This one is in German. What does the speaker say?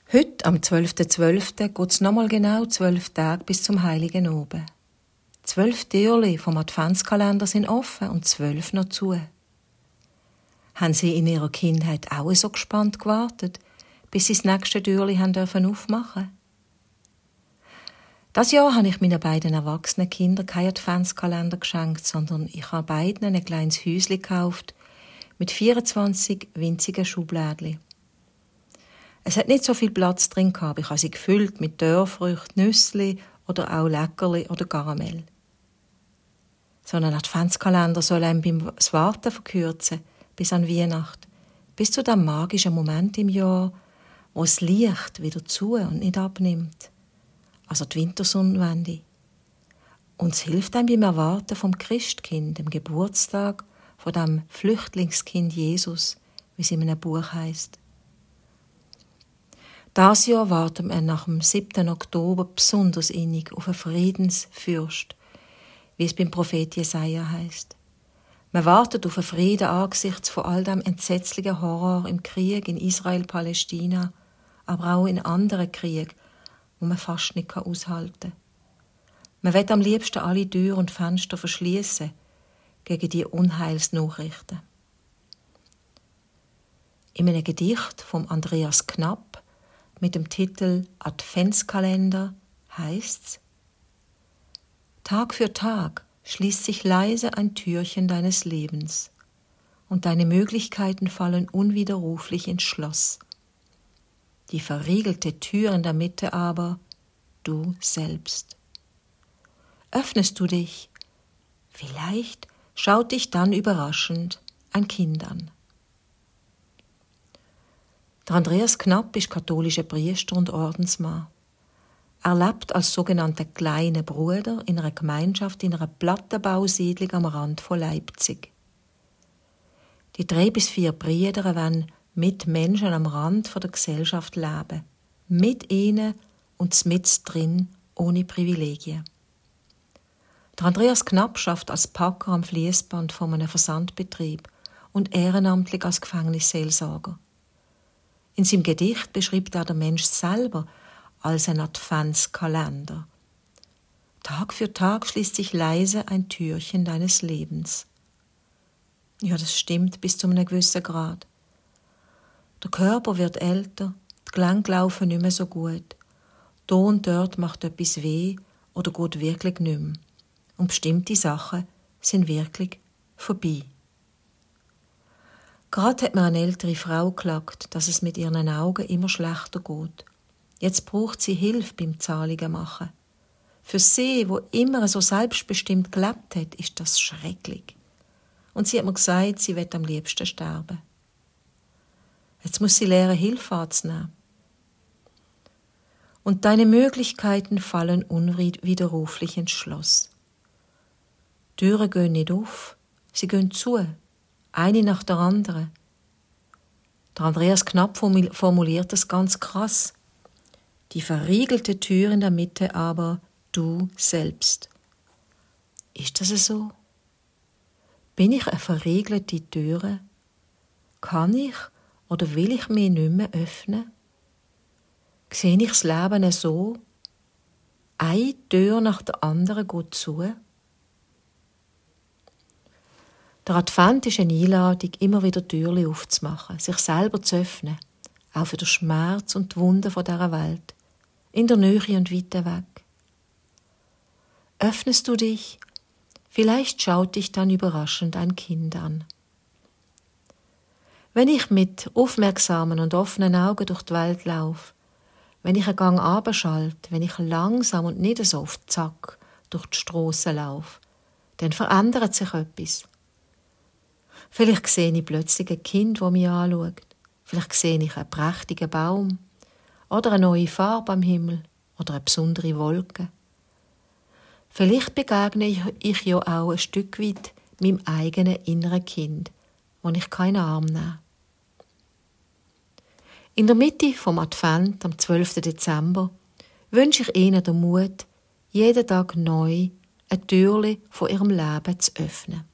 Heute, am 12.12., geht es nochmal genau 12 Tage bis zum Heiligen Oben. 12 Türchen vom Adventskalender sind offen und 12 noch zu. Haben Sie in Ihrer Kindheit auch so gespannt gewartet, bis Sie das nächste Türchen aufmachen durften? Das Jahr habe ich meinen beiden erwachsenen Kindern keinen Adventskalender geschenkt, sondern ich habe beiden ein kleines Häuschen gekauft mit 24 winzigen Schublädchen. Es hat nicht so viel Platz drin gehabt. Ich habe sie gefüllt mit Dörrfrüchten, Nüssli oder auch Leckerli oder Karamell. So ein Adventskalender soll einem beim Warten verkürzen, bis an Weihnachten, bis zu dem magischen Moment im Jahr, wo das Licht wieder zu und nicht abnimmt. Also die Wintersonnenwende. Und es hilft einem beim Erwarten vom Christkind, dem Geburtstag von dem Flüchtlingskind Jesus, wie es in einem Buch heisst. Das Jahr warten wir nach dem 7. Oktober besonders innig auf einen Friedensfürst, wie es beim Prophet Jesaja heisst. Man wartet auf einen Frieden angesichts von all dem entsetzlichen Horror im Krieg in Israel-Palästina, aber auch in anderen Kriegen, wo man fast nicht aushalten kann. Man will am liebsten alle Türen und Fenster verschließen gegen die Unheilsnachrichten. In einem Gedicht von Andreas Knapp mit dem Titel Adventskalender heißt's: Tag für Tag schließt sich leise ein Türchen deines Lebens und deine Möglichkeiten fallen unwiderruflich ins Schloss. Die verriegelte Tür in der Mitte aber, du selbst. Öffnest du dich, vielleicht schaut dich dann überraschend ein Kind an. Der Andreas Knapp ist katholischer Priester und Ordensmann. Er lebt als sogenannter kleiner Bruder in einer Gemeinschaft in einer Plattenbausiedlung am Rand von Leipzig. Die 3 bis 4 Brüder wollen mit Menschen am Rand der Gesellschaft leben. Mit ihnen und mit drin, ohne Privilegien. Der Andreas Knapp schafft als Packer am Fließband von einem Versandbetrieb und ehrenamtlich als Gefängnisseelsorger. In seinem Gedicht beschreibt er den Mensch selber als ein Adventskalender. Tag für Tag schließt sich leise ein Türchen deines Lebens. Ja, das stimmt bis zu einem gewissen Grad. Der Körper wird älter, die Gelenke laufen nicht mehr so gut. Da und dort macht etwas weh oder geht wirklich nicht mehr. Und bestimmte Sachen sind wirklich vorbei. Gerade hat mir eine ältere Frau geklagt, dass es mit ihren Augen immer schlechter geht. Jetzt braucht sie Hilfe beim Zahlungen machen. Für sie, wo immer so selbstbestimmt gelebt hat, ist das schrecklich. Und sie hat mir gesagt, sie will am liebsten sterben. Jetzt muss sie lernen, Hilfe anzunehmen. Und deine Möglichkeiten fallen unwiderruflich ins Schloss. Türen gehen nicht auf, sie gehen zu. Eine nach der anderen. Der Andreas Knapp formuliert das ganz krass. Die verriegelte Tür in der Mitte aber, du selbst. Ist das so? Bin ich eine verriegelte Tür? Kann ich oder will ich mich nicht mehr öffnen? Sehe ich das Leben so? Eine Tür nach der anderen geht zu? Der Advent ist eine Einladung, immer wieder Türchen aufzumachen, sich selber zu öffnen, auch für den Schmerz und die Wunden dieser Welt, in der Nähe und weit weg. Öffnest du dich, vielleicht schaut dich dann überraschend ein Kind an. Wenn ich mit aufmerksamen und offenen Augen durch die Welt laufe, wenn ich einen Gang runterschalte, wenn ich langsam und nicht so auf Zack durch die Strasse laufe, dann verändert sich etwas. Vielleicht sehe ich plötzlich ein Kind, das mich anschaut. Vielleicht sehe ich einen prächtigen Baum oder eine neue Farbe am Himmel oder eine besondere Wolke. Vielleicht begegne ich ja auch ein Stück weit meinem eigenen inneren Kind, das ich keinen Arm nehme. In der Mitte vom Advent, am 12. Dezember, wünsche ich Ihnen den Mut, jeden Tag neu ein Türchen von Ihrem Leben zu öffnen.